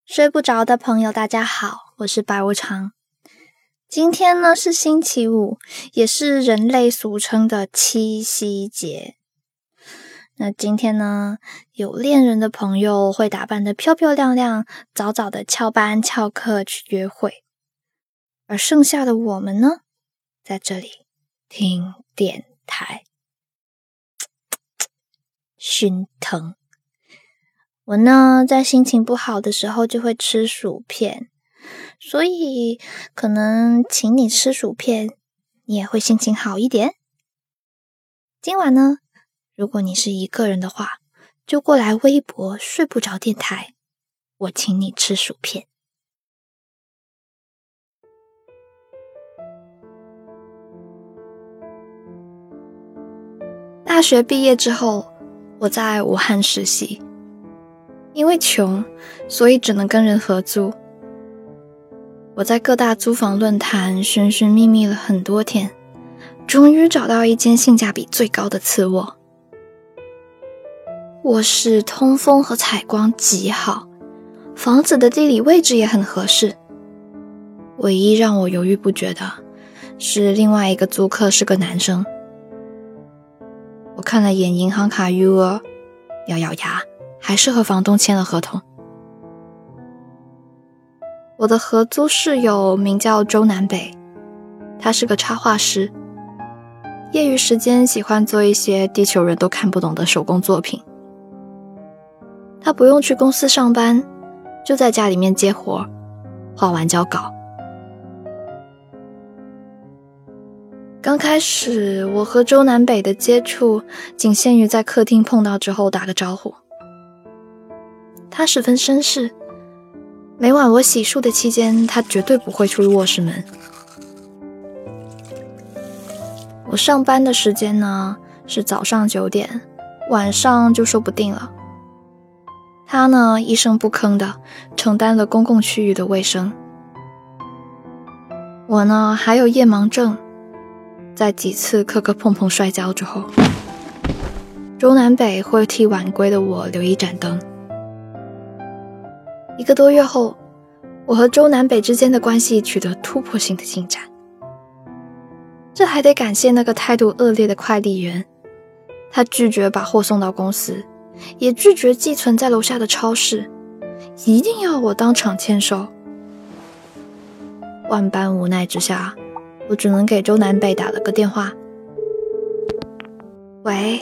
睡不着的朋友大家好，我是白无常。今天呢是星期五，也是人类俗称的七夕节。那今天呢，有恋人的朋友会打扮得漂漂亮亮，早早的翘班翘课去约会，而剩下的我们呢，在这里听电台，心疼。我呢，在心情不好的时候就会吃薯片，所以可能请你吃薯片，你也会心情好一点。今晚呢，如果你是一个人的话，就过来微博睡不着电台，我请你吃薯片。大学毕业之后，我在武汉实习。因为穷，所以只能跟人合租。我在各大租房论坛寻寻觅觅了很多天，终于找到一间性价比最高的次卧。卧室通风和采光极好，房子的地理位置也很合适。唯一让我犹豫不决的是另外一个租客是个男生。我看了眼银行卡余额，咬咬牙还是和房东签了合同。我的合租室友名叫周南北，他是个插画师，业余时间喜欢做一些地球人都看不懂的手工作品。他不用去公司上班，就在家里面接活，画完交稿。刚开始我和周南北的接触仅限于在客厅碰到之后打个招呼。他十分绅士，每晚我洗漱的期间，他绝对不会出卧室门。我上班的时间呢，是早上9点，晚上就说不定了。他呢，一声不吭的承担了公共区域的卫生。我呢，还有夜盲症，在几次磕磕碰碰摔跤之后，周南北会替晚归的我留一盏灯。1个多月后，我和周南北之间的关系取得突破性的进展。这还得感谢那个态度恶劣的快递员，他拒绝把货送到公司，也拒绝寄存在楼下的超市，一定要我当场签收。万般无奈之下，我只能给周南北打了个电话。喂，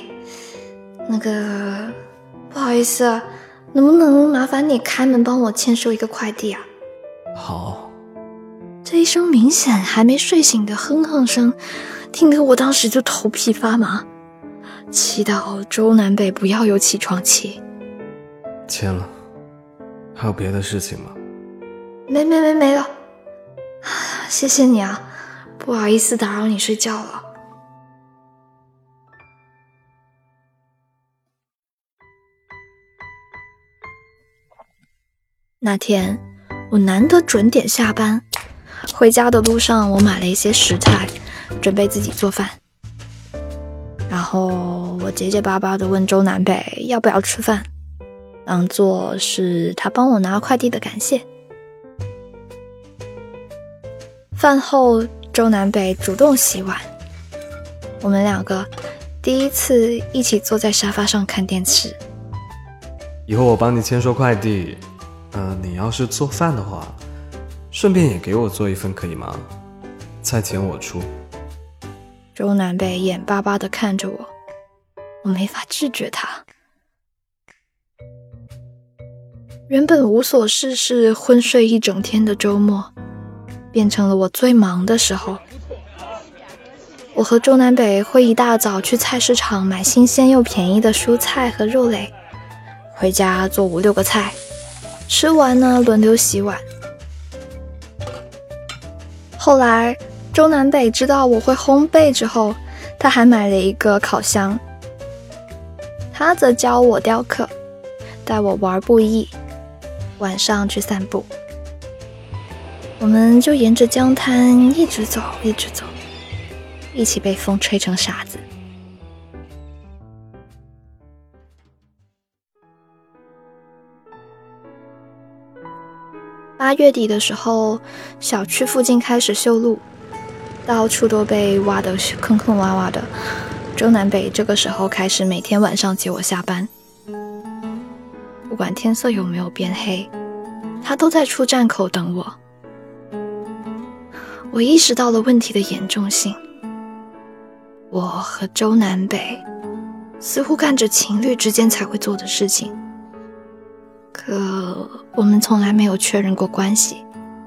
不好意思，能不能麻烦你开门帮我签收一个快递啊？ 好。 这一声明显还没睡醒的哼哼声，听得我当时就头皮发麻，祈祷周南北不要有起床气。 签了。还有别的事情吗？ 没了。谢谢你啊，不好意思打扰你睡觉了。那天我难得准点下班，回家的路上我买了一些食材，准备自己做饭。然后我结结巴巴地问周南北要不要吃饭，当作是他帮我拿快递的感谢。饭后周南北主动洗碗，我们2个第一次一起坐在沙发上看电视。 以后我帮你签收快递，你要是做饭的话，顺便也给我做一份可以吗？菜钱我出。 周南北眼巴巴地看着我，我没法拒绝他。原本无所事事昏睡一整天的周末，变成了我最忙的时候。我和周南北会一大早去菜市场买新鲜又便宜的蔬菜和肉类，回家做5-6个菜，吃完呢轮流洗碗。后来周南北知道我会烘焙之后，他还买了一个烤箱。他则教我雕刻，带我玩布艺，晚上去散步。我们就沿着江滩一直走，一起被风吹成傻子。 8月底的时候，小区附近开始修路，到处都被挖得坑坑洼洼的。周南北这个时候开始每天晚上接我下班，不管天色有没有变黑，他都在出站口等我。我意识到了问题的严重性，我和周南北似乎干着情侣之间才会做的事情，可我们从来没有确认过关系。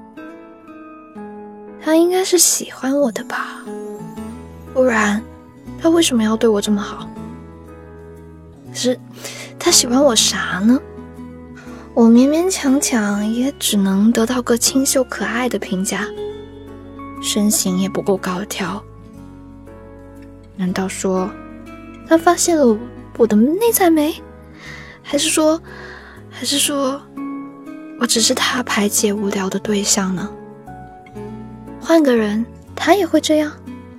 他应该是喜欢我的吧，不然他为什么要对我这么好？可是他喜欢我啥呢？我勉勉强强也只能得到个清秀可爱的评价，身形也不够高挑。难道说他发现了我的内在美？还是说我只是他排解无聊的对象呢？换个人他也会这样？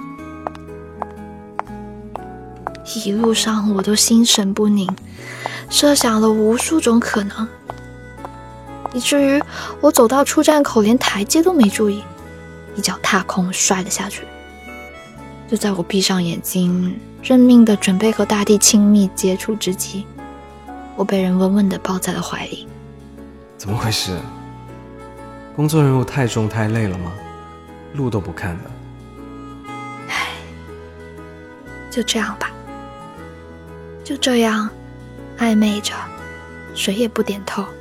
一路上我都心神不宁，设想了无数种可能，以至于我走到出站口连台阶都没注意，一脚踏空摔了下去。就在我闭上眼睛认命的准备和大地亲密接触之际，我被人稳稳地抱在了怀里。 怎么回事？工作任务太重太累了吗？路都不看的。 唉，就这样吧，就这样暧昧着，谁也不点头。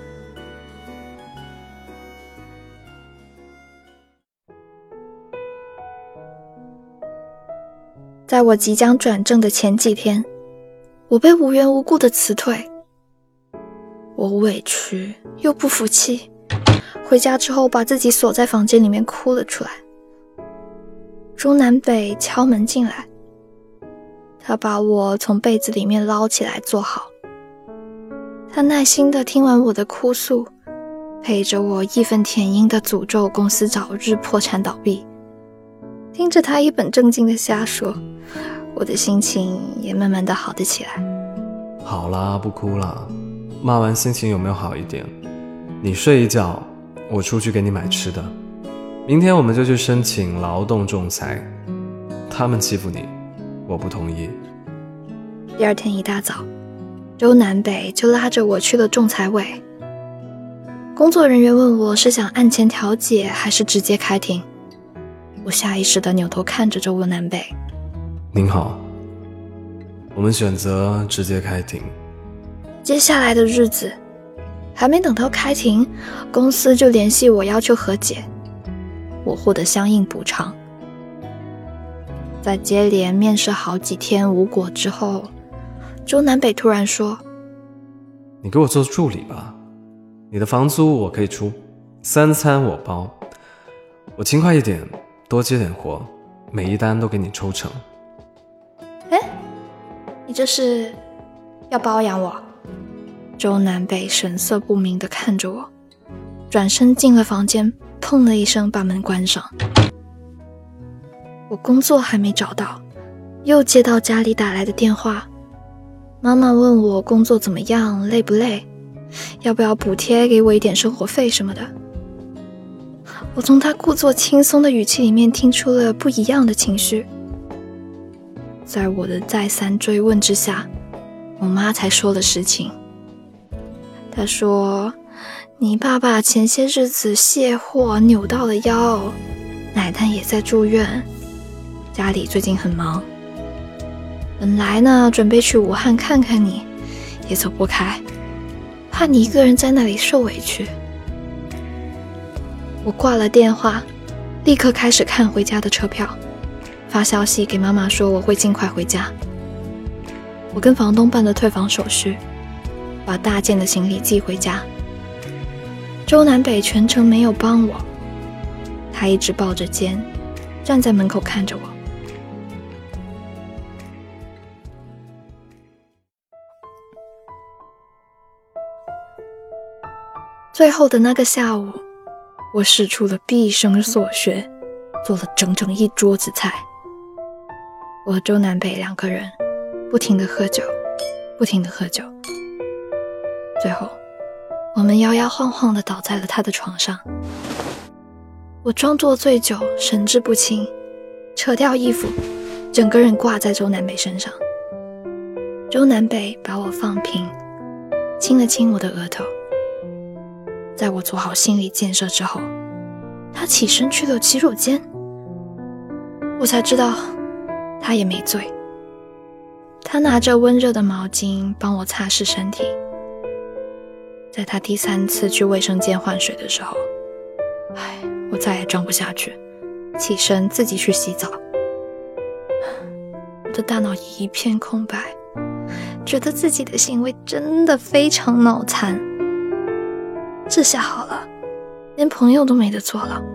在我即将转正的前几天，我被无缘无故的辞退。我委屈又不服气，回家之后把自己锁在房间里面哭了出来。周南北敲门进来，他把我从被子里面捞起来坐好，他耐心地听完我的哭诉，陪着我义愤填膺地诅咒公司早日破产倒闭。听着他一本正经地瞎说，我的心情也慢慢地好了起来。 好啦，不哭啦。骂完心情有没有好一点？你睡一觉，我出去给你买吃的。明天我们就去申请劳动仲裁。他们欺负你，我不同意。 第二天一大早，周南北就拉着我去了仲裁委。工作人员问我是想案前调解还是直接开庭。我下意识地扭头看着周南北。 您好，我们选择直接开庭。 接下来的日子，还没等到开庭，公司就联系我要求和解，我获得相应补偿。在接连面试好几天无果之后，周南北突然说：“ 你给我做助理吧，你的房租我可以出，3餐我包，我勤快一点，多接点活，每一单都给你抽成。” 哎，你这是要包养我？周南北神色不明地看着我，转身进了房间，砰了一声把门关上。我工作还没找到，又接到家里打来的电话，妈妈问我工作怎么样，累不累，要不要补贴给我一点生活费什么的。我从她故作轻松的语气里面听出了不一样的情绪。在我的再三追问之下，我妈才说了实情。她说，你爸爸前些日子卸货扭到了腰，奶奶也在住院，家里最近很忙。本来呢，准备去武汉看看你，也走不开，怕你一个人在那里受委屈。我挂了电话，立刻开始看回家的车票，发消息给妈妈说我会尽快回家。我跟房东办了退房手续，把大件的行李寄回家。周南北全程没有帮我，他一直抱着肩，站在门口看着我。最后的那个下午，我使出了毕生所学，做了整整一桌子菜。我和周南北2个人不停地喝酒，不停地喝酒。最后， 我们摇摇晃晃地倒在了他的床上。我装作醉酒，神志不清，扯掉衣服，整个人挂在周南北身上。周南北把我放平，亲了亲我的额头。在我做好心理建设之后，他起身去了洗手间。我才知道他也没醉。他拿着温热的毛巾帮我擦拭身体。在他第3次去卫生间换水的时候，我再也装不下去，起身自己去洗澡。我的大脑一片空白，觉得自己的行为真的非常脑残。这下好了，连朋友都没得做了。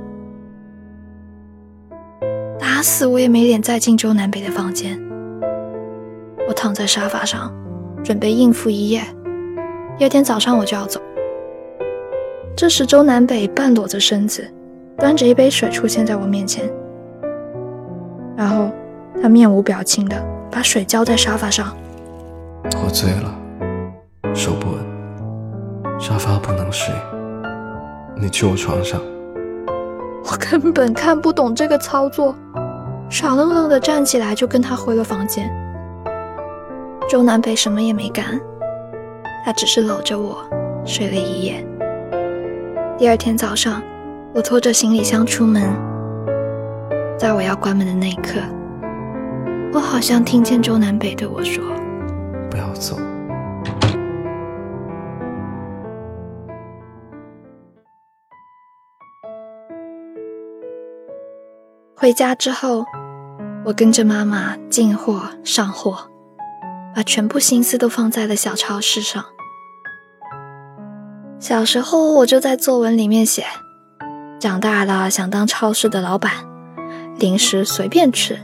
打死我也没脸再进周南北的房间。我躺在沙发上，准备应付一夜。第2天早上我就要走。这时周南北半裸着身子，端着一杯水出现在我面前，然后他面无表情地把水浇在沙发上。 我醉了，手不稳，沙发不能睡，你去我床上。 我根本看不懂这个操作，傻愣愣地站起来就跟他回了房间。周南北什么也没干，他只是搂着我睡了一夜。第2天早上，我拖着行李箱出门，在我要关门的那一刻，我好像听见周南北对我说：“ 不要走。” 回家之后，我跟着妈妈进货上货，把全部心思都放在了小超市上。小时候我就在作文里面写，长大了想当超市的老板，零食随便吃。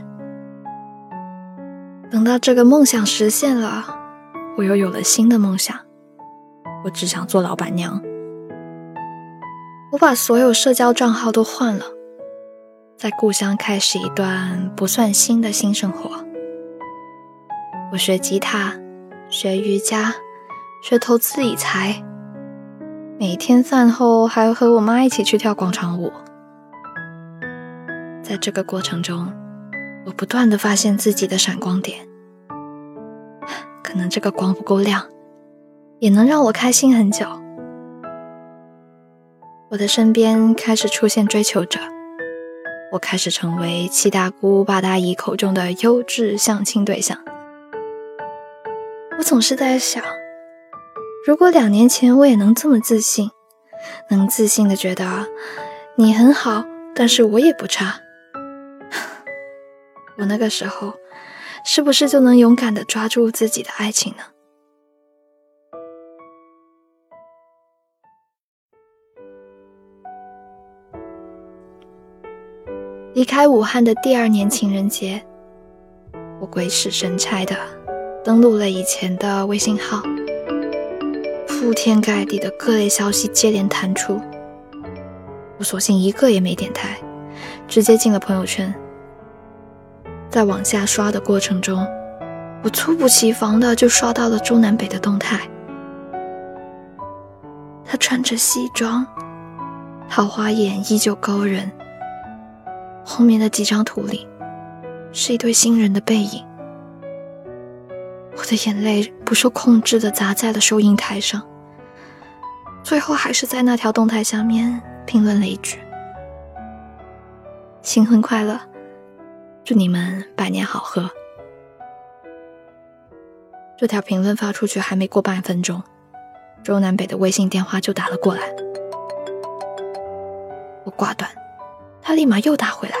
等到这个梦想实现了，我又有了新的梦想，我只想做老板娘。我把所有社交账号都换了，在故乡开始一段不算新的新生活。我学吉他，学瑜伽，学投资理财，每天饭后还要和我妈一起去跳广场舞。在这个过程中，我不断地发现自己的闪光点，可能这个光不够亮，也能让我开心很久。我的身边开始出现追求者，我开始成为七大姑八大姨口中的优质相亲对象。我总是在想，如果2年前我也能这么自信，能自信地觉得你很好，但是我也不差，我那个时候是不是就能勇敢地抓住自己的爱情呢？离开武汉的第2年情人节，我鬼使神差的登录了以前的微信号，铺天盖地的各类消息接连弹出，我索性一个也没点开，直接进了朋友圈。在往下刷的过程中，我猝不及防的就刷到了周南北的动态。他穿着西装，桃花眼依旧勾人，后面的几张图里是一对新人的背影。我的眼泪不受控制地砸在了收银台上，最后还是在那条动态下面评论了一句：新婚快乐，祝你们百年好合。这条评论发出去还没过半分钟，周南北的微信电话就打了过来。我挂断，他立马又打回来，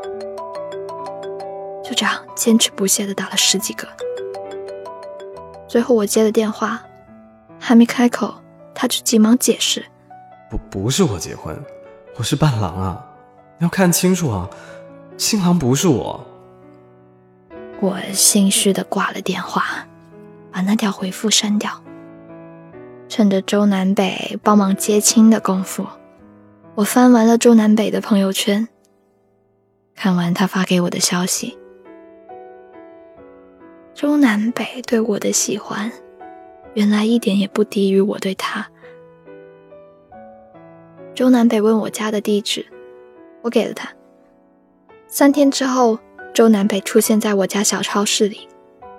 就这样坚持不懈地打了10几个。最后我接了电话，还没开口，他就急忙解释： 不是我结婚，我是伴郎啊，你要看清楚啊，新郎不是我。 我心虚地挂了电话，把那条回复删掉。趁着周南北帮忙接亲的功夫，我翻完了周南北的朋友圈，看完他发给我的消息。周南北对我的喜欢，原来一点也不低于我对他， 周南北问我家的地址，我给了他。3天之后，周南北出现在我家小超市里。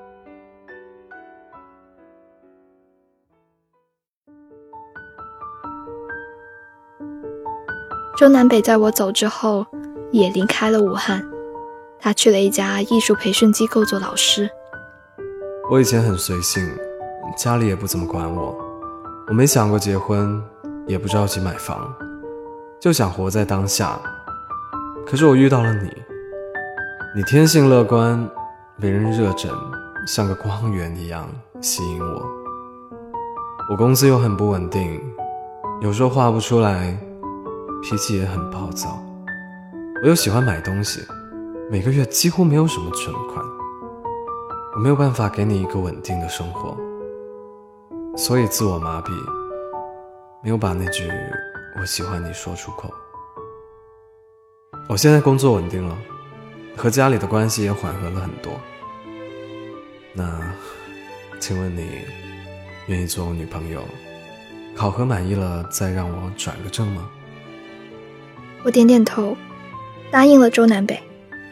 周南北在我走之后也离开了武汉，他去了一家艺术培训机构做老师。 我以前很随性，家里也不怎么管我，我没想过结婚，也不着急买房，就想活在当下。可是我遇到了你，你天性乐观，为人热忱，像个光源一样吸引我。我工资又很不稳定，有时候画不出来，脾气也很暴躁。我又喜欢买东西，每个月几乎没有什么存款，我没有办法给你一个稳定的生活，所以自我麻痹，没有把那句我喜欢你说出口。我现在工作稳定了，和家里的关系也缓和了很多。那请问你愿意做我女朋友？考核满意了再让我转个正吗？ 我点点头，答应了周南北。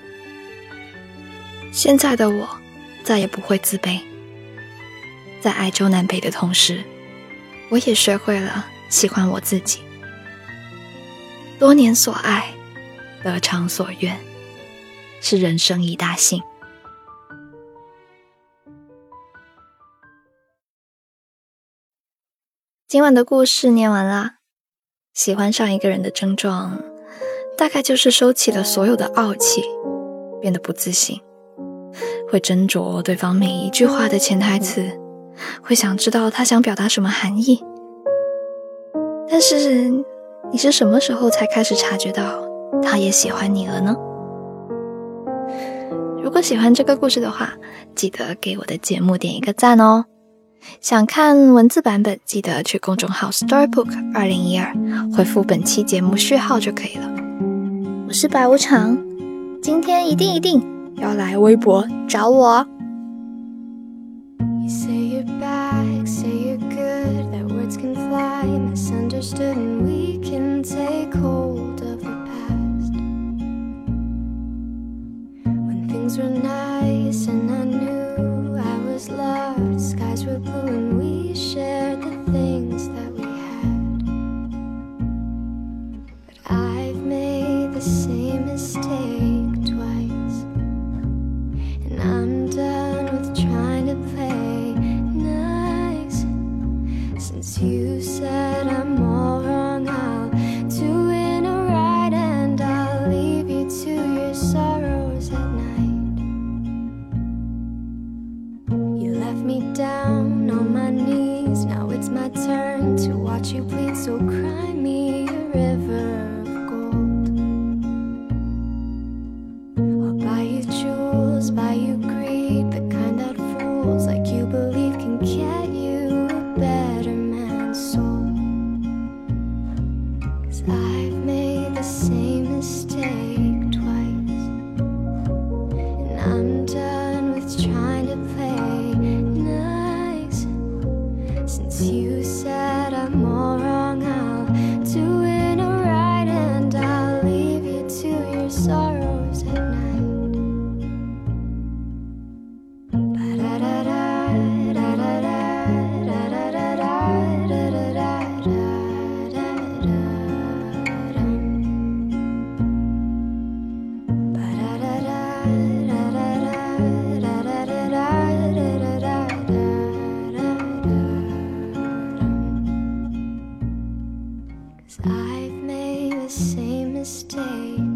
现在的我再也不会自卑，在爱周南北的同时，我也学会了喜欢我自己。多年所爱，得偿所愿，是人生一大幸。今晚的故事念完啦。喜欢上一个人的症状，大概就是收起了所有的傲气，变得不自信，会斟酌对方每一句话的潜台词，会想知道他想表达什么含义。但是你是什么时候才开始察觉到他也喜欢你了呢？如果喜欢这个故事的话，记得给我的节目点一个赞哦。想看文字版本，记得去公众号 Storybook 2012回复本期节目序号就可以了。我是白无常，今天一定要来微博找我哦。 You say you're back, say you're good, that words can fly, misunderstood, and we can take hold of the past. When things were nice and I knew I was loved, skies were blue and we shared the things that we had. But I've made the same mistake twice, and I'm done with trying to play nice. Since you said I'm all wrong, I'll do it right, and I'll leave you to your sorrows at night. You left me down on my knees, now it's my turn to watch you bleed, so cry me a river of gold. I'll buy you jewels, buy you greed, the kind that fools like you believe can get you a better man's soul. 'Cause I've made the same mistake twice, and I'm done with trying to play nice. Since you said I'm all wrong, I'll do it right, and I'll leave you to your sorrows at night. I've made the same mistake